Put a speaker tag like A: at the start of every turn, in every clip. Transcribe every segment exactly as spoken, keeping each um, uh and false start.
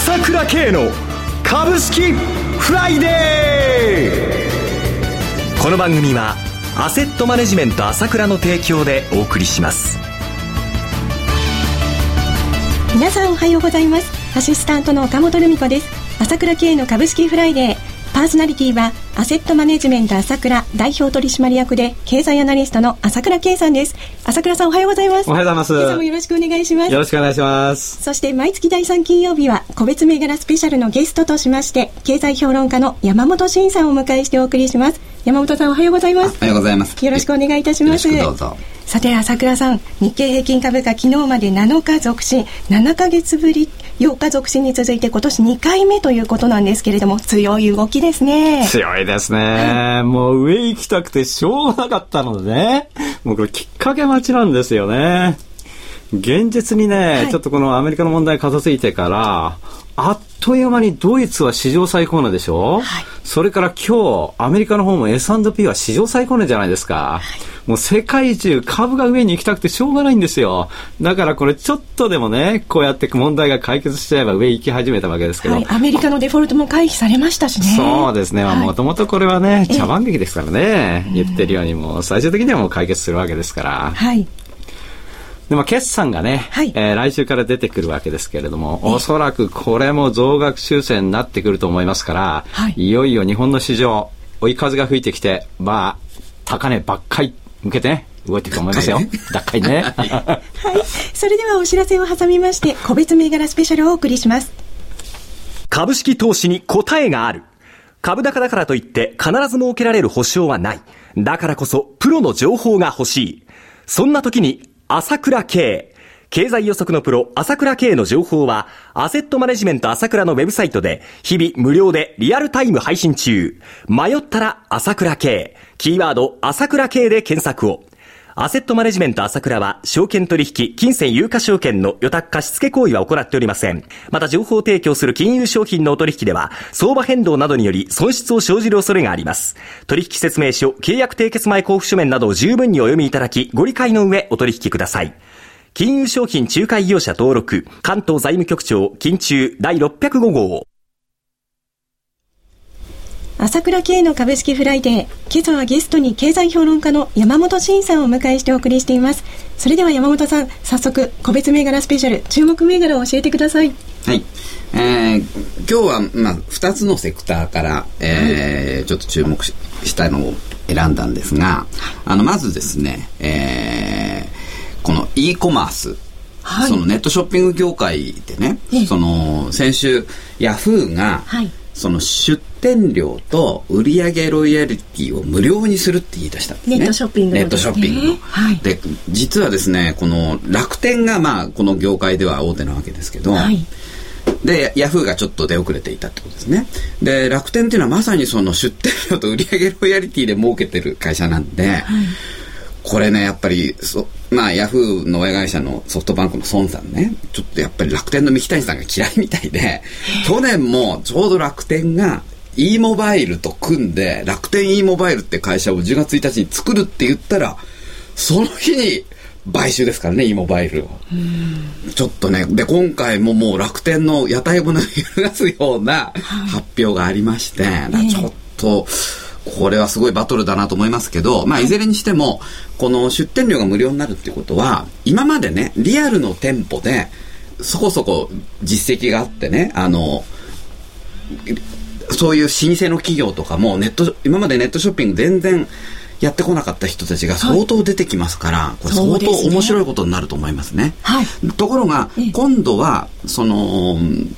A: 朝倉慶の株式フライデー。この番組はアセットマネジメント朝倉の提供でお送りします。
B: 皆さんおはようございます。アシスタントの岡本留美子です。朝倉慶の株式フライデー、パーソナリティはアセットマネジメント朝倉代表取締役で経済アナリストの朝倉慶さんです。朝倉さんおはようございます。
C: おはようございます。
B: 今朝もよろしくお願いします。
C: よろしくお願いします。
B: そして毎月だいさん金曜日は個別銘柄スペシャルのゲストとしまして経済評論家の山本慎さんをお迎えしてお送りします。山本さんおはようございます。
D: おはようございます。
B: よろしくお願いいたします。
D: よろしくどうぞ。
B: さて朝倉さん、日経平均株価昨日までなのか続伸、ななかげつぶりようか続伸に続いて今年にかいめということなんですけれども、強い動きですね。
C: 強いですね、はい、もう上行きたくてしょうがなかったのでね、もうこれきっかけ待ちなんですよね。現実にね、はい、ちょっとこのアメリカの問題片付いてからあっという間にドイツは史上最高値でしょ、はい、それから今日アメリカの方も エスアンドピー は史上最高値じゃないですか、はい、もう世界中株が上に行きたくてしょうがないんですよ。だからこれちょっとでもね、こうやって問題が解決しちゃえば上行き始めたわけですけど、はい、
B: アメリカのデフォルトも回避されましたしね。
C: そうですね、もともとこれはね茶番劇ですからね、言ってるようにもう最終的にはもう解決するわけですから、はい。でも決算がね、はい、えー、来週から出てくるわけですけれども、おそらくこれも増額修正になってくると思いますから、はい、いよいよ日本の市場追い風が吹いてきて、まあ高値ばっかり向けてね動いていくと思いますよ。高いね。はい、はい、
B: それではお知らせを挟みまして個別銘柄スペシャルをお送りします。
A: 株式投資に答えがある。株高だからといって必ず設けられる保証はない。だからこそプロの情報が欲しい。そんな時に朝倉慶。経済予測のプロ朝倉慶の情報はアセットマネジメント朝倉のウェブサイトで日々無料でリアルタイム配信中。迷ったら朝倉慶。キーワード朝倉慶で検索を。アセットマネジメント朝倉は証券取引、金銭有価証券の予託貸付行為は行っておりません。また情報提供する金融商品のお取引では相場変動などにより損失を生じる恐れがあります。取引説明書、契約締結前交付書面などを十分にお読みいただきご理解の上お取引ください。金融商品仲介業者登録関東財務局長金中だいろっぴゃくご号。
B: 朝倉慶の株式フライデー、今朝はゲストに経済評論家の山本慎さんをお迎えしてお送りしています。それでは山本さん、早速個別銘柄スペシャル注目銘柄を教えてください。
D: はい、えー、今日は、まあ、ふたつのセクターから、えーはい、ちょっと注目 し, したのを選んだんですが、あのまずですね、えー、この e コマース、はい、そのネットショッピング業界でね、その先週ヤフーが、はい、その出店料と売上ロイヤリティを無料にするって言い出したんですね。
B: ネットショッピングの、ね、
D: ネットショッピングの、はい、で実はですね、この楽天がまあこの業界では大手なわけですけど、はい、でヤフーがちょっと出遅れていたってことですね。で楽天っていうのはまさにその出店料と売上ロイヤリティで儲けてる会社なんで、はい、これねやっぱりそまあヤフーの親会社のソフトバンクの孫さんね、ちょっとやっぱり楽天の三木谷さんが嫌いみたいで、去年もちょうど楽天が e モバイルと組んで楽天 e モバイルって会社をじゅうがつついたちに作るって言ったらその日に買収ですからね、 e モバイルを。ちょっとね、で今回ももう楽天の屋台骨を揺るがすような発表がありまして、はい、ちょっとこれはすごいバトルだなと思いますけど、まあいずれにしてもこの出店料が無料になるっていうことは、今までねリアルの店舗でそこそこ実績があってね、あのそういう老舗の企業とかもネット今までネットショッピング全然やってこなかった人たちが相当出てきますから、はい、これ相当面白いことになると思いますね。はい、ところが今度はその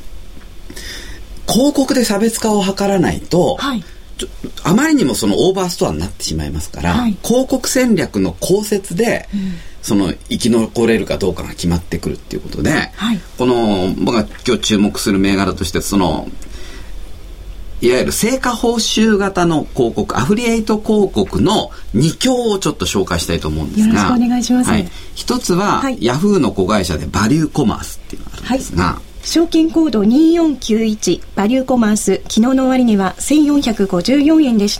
D: 広告で差別化を図らないと、はい、あまりにもそのオーバーストアになってしまいますから、はい、広告戦略の公設で、うん、その生き残れるかどうかが決まってくるっていうことで、はい、この僕が今日注目する銘柄としてそのいわゆる成果報酬型の広告、アフリエイト広告のに強をちょっと紹介したいと思うんですが、
B: よろしくお願いします。はい、
D: 一つは、はい、ヤフーの子会社でバリューコマースっていうのがあるんですが、はい、
B: 証券コードによんきゅういちバリューコマース、昨日の終値はせんよんひゃくごじゅうよんえんでした。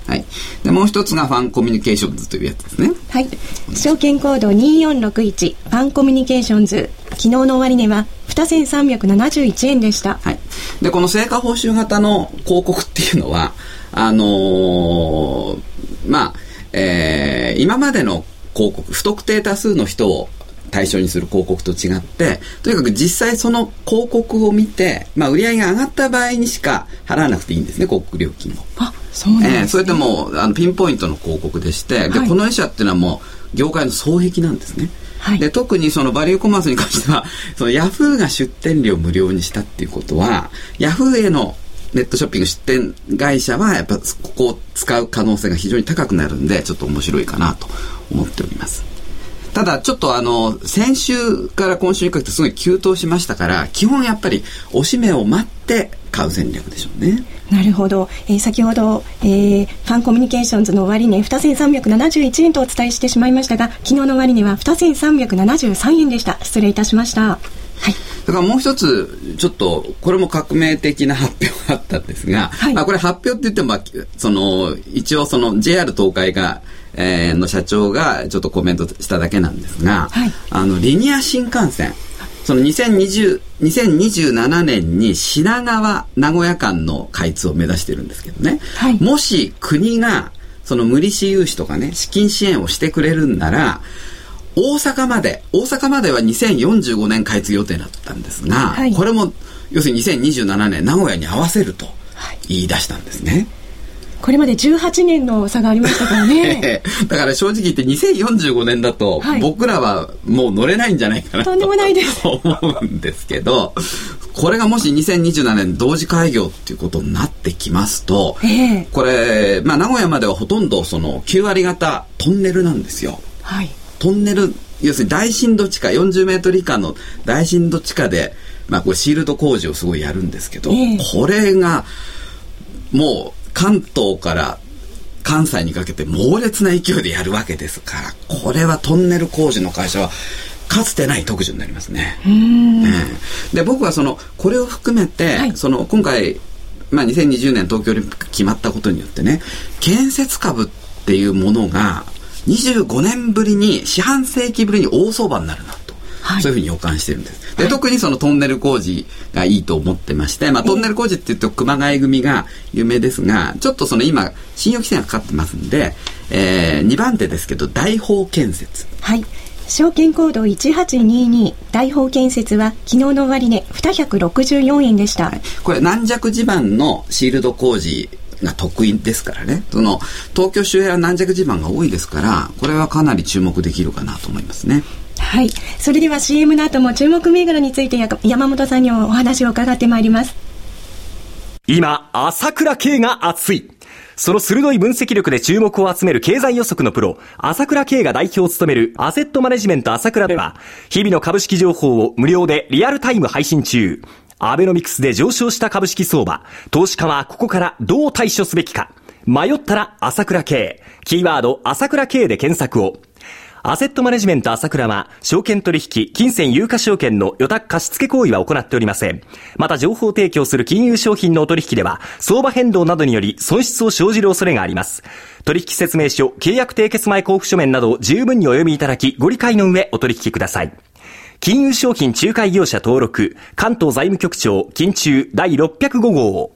D: はい。で、もう一つがファンコミュニケーションズというやつですね。
B: はい。証券コードによんろくいち、ファンコミュニケーションズ。昨日の終値はにせんさんびゃくななじゅういちえんでした。
D: はい。で、この成果報酬型の広告っていうのは、あのー、まあ、えー、今までの広告、不特定多数の人を対象にする広告と違って、とにかく実際その広告を見て、まあ、売り上げが上がった場合にしか払わなくていいんですね、広告料金を。
B: あ、そうなんですね。
D: えー、それでもあのピンポイントの広告でして、はい、でこのいっ社っていうのはもう業界の双璧なんですね。はい、で特にそのバリューコマースに関しては、そのヤフーが出店料無料にしたっていうことは、ヤフーへのネットショッピング出店会社はやっぱここを使う可能性が非常に高くなるんで、ちょっと面白いかなと思っております。ただちょっとあの先週から今週にかけてすごい急騰しましたから、基本やっぱりおしめを待って買う戦略でしょうね。
B: なるほど、えー、先ほど、えー、ファンコミュニケーションズの終値にせんさんびゃくななじゅういちえんとお伝えしてしまいましたが、昨日の終値はにせんさんびゃくななじゅうさんえんでした。失礼いたしました。はい。
D: だからもう一つちょっとこれも革命的な発表があったんですが、はい、まあ、これ発表って言ってもその一応その ジェイアール 東海がえー、の社長がちょっとコメントしただけなんですが、はい、あのリニア新幹線、そのにせんにじゅう、にせんにじゅうななねんに品川名古屋間の開通を目指してるんですけどね、はい、もし国がその無利子融資とかね、資金支援をしてくれるんなら、大阪まで大阪まではにせんよんじゅうごねん開通予定だったんですが、はい、これも要するににせんにじゅうななねん名古屋に合わせると言い出したんですね。
B: これまでじゅうはちねんの差がありましたからね
D: だから正直言ってにせんよんじゅうごねんだと、はい、僕らはもう乗れないんじゃないかなと
B: とんでもないです
D: 思うんですけど、これがもしにせんにじゅうななねん同時開業っていうことになってきますと、えー、これ、まあ、名古屋まではほとんどそのきゅうわり型トンネルなんですよ、はい、トンネル、要するに大深度地下よんじゅうメートル以下の大深度地下で、まあ、これシールド工事をすごいやるんですけど、えー、これがもう関東から関西にかけて猛烈な勢いでやるわけですから、これはトンネル工事の会社はかつてない特需になりますね。うーん、ね、で僕はそのこれを含めて、はい、その今回、まあ、にせんにじゅうねん東京オリンピック決まったことによってね、建設株っていうものがにじゅうごねんぶりに四半世紀ぶりに大相場になるなと、はい、そういうふうに予感してるんです。で、はい、特にそのトンネル工事がいいと思ってまして、まあ、トンネル工事って言うと熊谷組が有名ですが、ちょっとその今信用規制がかかってますんで、えー、にばん手ですけど大宝建設、
B: はい、証券コードいちはちにに大宝建設は昨日の終値にひゃくろくじゅうよんえんでした、はい、
D: これ軟弱地盤のシールド工事が得意ですからね、その東京周辺は軟弱地盤が多いですから、これはかなり注目できるかなと思いますね。
B: はい、それでは シーエム の後も注目銘柄について山本さんにお話を伺ってまいります。
A: 今朝倉慶が熱い。その鋭い分析力で注目を集める経済予測のプロ、朝倉慶が代表を務めるアセットマネジメント朝倉では、日々の株式情報を無料でリアルタイム配信中。アベノミクスで上昇した株式相場、投資家はここからどう対処すべきか。迷ったら朝倉慶、キーワード朝倉慶で検索を。アセットマネジメント朝倉は、証券取引、金銭有価証券の予託貸付行為は行っておりません。また情報提供する金融商品のお取引では、相場変動などにより損失を生じる恐れがあります。取引説明書、契約締結前交付書面などを十分にお読みいただき、ご理解の上お取引ください。金融商品仲介業者登録、関東財務局長、金中だいろっぴゃくご号。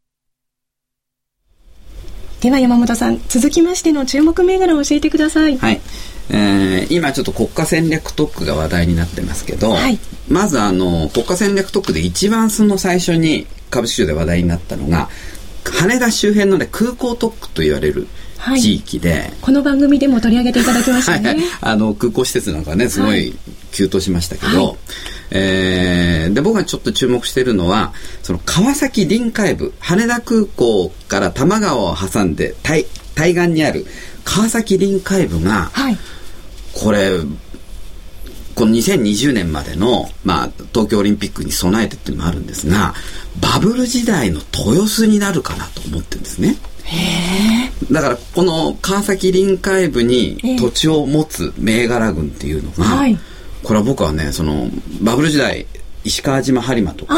B: では山本さん、続きましての注目銘柄を教えてください。
D: はい、えー、今ちょっと国家戦略特区が話題になってますけど、はい、まずあの国家戦略特区で一番その最初に株式市場で話題になったのが、羽田周辺の、ね、空港特区と言われる地域で、はい、
B: この番組でも取り上げていただきましたね。はい、
D: あの空港施設なんかねすごい急騰しましたけど、はい、えー、で僕がちょっと注目しているのは、その川崎臨海部、羽田空港から多摩川を挟んで 対, 対岸にある川崎臨海部が、はい、これこのにせんにじゅうねんまでの、まあ、東京オリンピックに備えてっていうのもあるんですが、バブル時代の豊洲になるかなと思ってるんですね。へー。だからこの川崎臨海部に土地を持つ銘柄群っていうのが、はい、これは僕はね、そのバブル時代石川島播磨とか、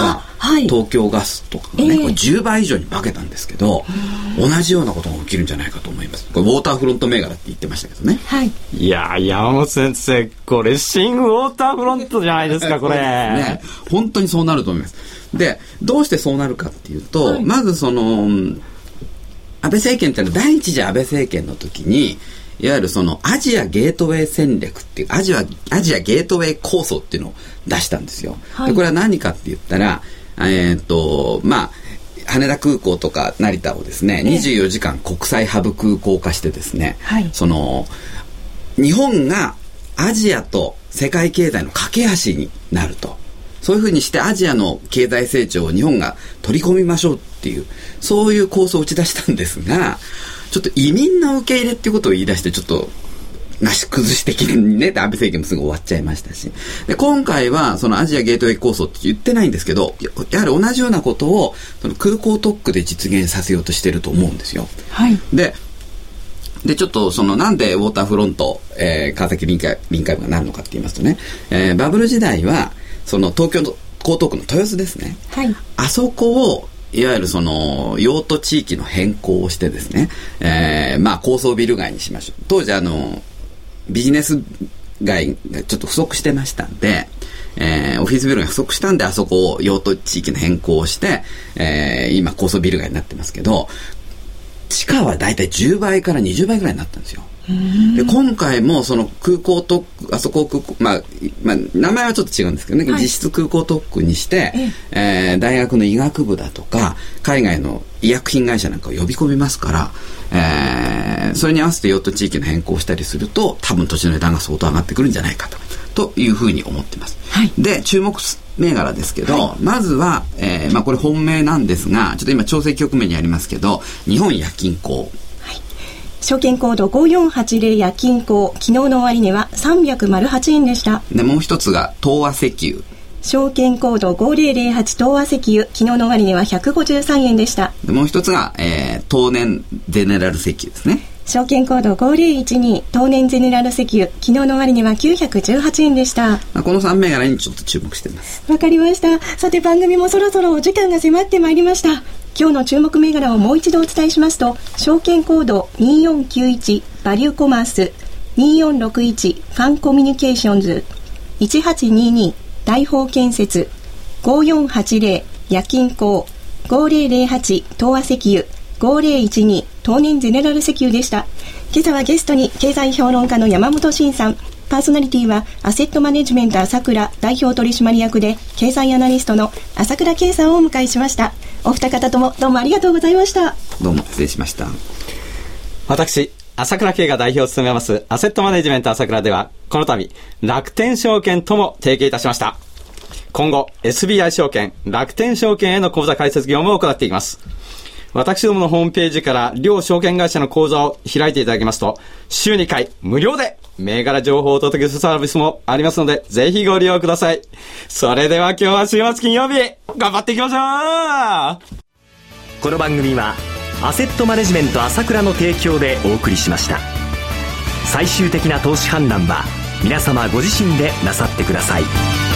B: はい、
D: 東京ガスとかね、えー、これじゅうばい以上に化けたんですけど、同じようなことが起きるんじゃないかと思います。これウォーターフロント銘柄って言ってましたけどね。
B: はい、
C: いや山本先生、これ新ウォーターフロントじゃないですかこれ
D: ね、本当にそうなると思います。でどうしてそうなるかっていうと、はい、まずその安倍政権っていうのは第一次安倍政権の時にいわゆるそのアジアゲートウェイ戦略っていうアジア、アジアゲートウェイ構想っていうのを出したんですよ、はい、でこれは何かって言ったらえー、っとまあ羽田空港とか成田をですね、にじゅうよじかん国際ハブ空港化してですね、はい、その日本がアジアと世界経済の架け橋になると、そういうふうにしてアジアの経済成長を日本が取り込みましょうっていう、そういう構想を打ち出したんですが、ちょっと移民の受け入れっていうことを言い出してちょっとなし崩し的にね、安倍政権もすぐ終わっちゃいましたし、で今回はそのアジアゲートウェイ構想って言ってないんですけど、やはり同じようなことをその空港特区で実現させようとしてると思うんですよ、
B: はい、で
D: でちょっとそのなんでウォーターフロント、えー、川崎臨海臨海部がなるのかって言いますとね、えー、バブル時代はその東京の江東区の豊洲ですね、
B: はい、
D: あそこをいわゆるその用途地域の変更をしてですね、えー、まあ高層ビル街にしましょう。当時あのビジネス街がちょっと不足してましたんで、えー、オフィスビルが不足したんであそこを用途地域の変更をして、えー、今高層ビル街になってますけど、地価はだいたいじゅうばいからにじゅうばいぐらいになったんですよ。で今回もその空港特区、あそこ空港、まあ、まあ名前はちょっと違うんですけどね、はい、実質空港特区にして、ええー、大学の医学部だとか海外の医薬品会社なんかを呼び込みますから、えー、それに合わせて用途地域の変更をしたりすると多分土地の値段が相当上がってくるんじゃないかとというふうに思ってます、はい、で注目銘柄ですけど、はい、まずは、えーまあ、これ本命なんですが、ちょっと今調整局面にありますけど、日本冶金工、
B: 証券コードごよんはちゼロ冶金工、昨日の終値はさんびゃくはちえんでした。
D: でもう一つが東和石油、
B: 証券コードごぜろぜろはち東和石油、昨日の終値はひゃくごじゅうさんえんでした。
D: でもう一つが、えー、東年ゼネラル石油ですね。
B: 証券コードごぜろいちに東年ゼネラル石油、昨日の終値はきゅうひゃくじゅうはちえんでした。
D: まあ、このさん銘柄にちょっと注目しています。
B: わかりました。さて番組もそろそろお時間が迫ってまいりました。今日の注目銘柄をもう一度お伝えしますと、証券コードによんきゅういちバリューコマース、によんろくいちファンコミュニケーションズ、いちはちにに大宝建設、ごよんはちゼロ冶金工、ごぜろぜろはち東和石油、ごぜろいちに東年ゼネラル石油でした。今朝はゲストに経済評論家の山本慎さん、パーソナリティはアセットマネジメント朝倉代表取締役で経済アナリストの朝倉圭さんをお迎えしました。お二方ともどうもありがとうございました。
D: どうも失礼しました。
C: 私朝倉圭が代表を務めますアセットマネジメント朝倉では、この度楽天証券とも提携いたしました。今後 エスビーアイ 証券、楽天証券への口座開設業務を行っていきます。私どものホームページから両証券会社の口座を開いていただきますと、週にかい無料で銘柄情報をお届けするサービスもありますので、ぜひご利用ください。それでは今日は週末金曜日、頑張っていきましょう。
A: この番組はアセットマネジメント朝倉の提供でお送りしました。最終的な投資判断は皆様ご自身でなさってください。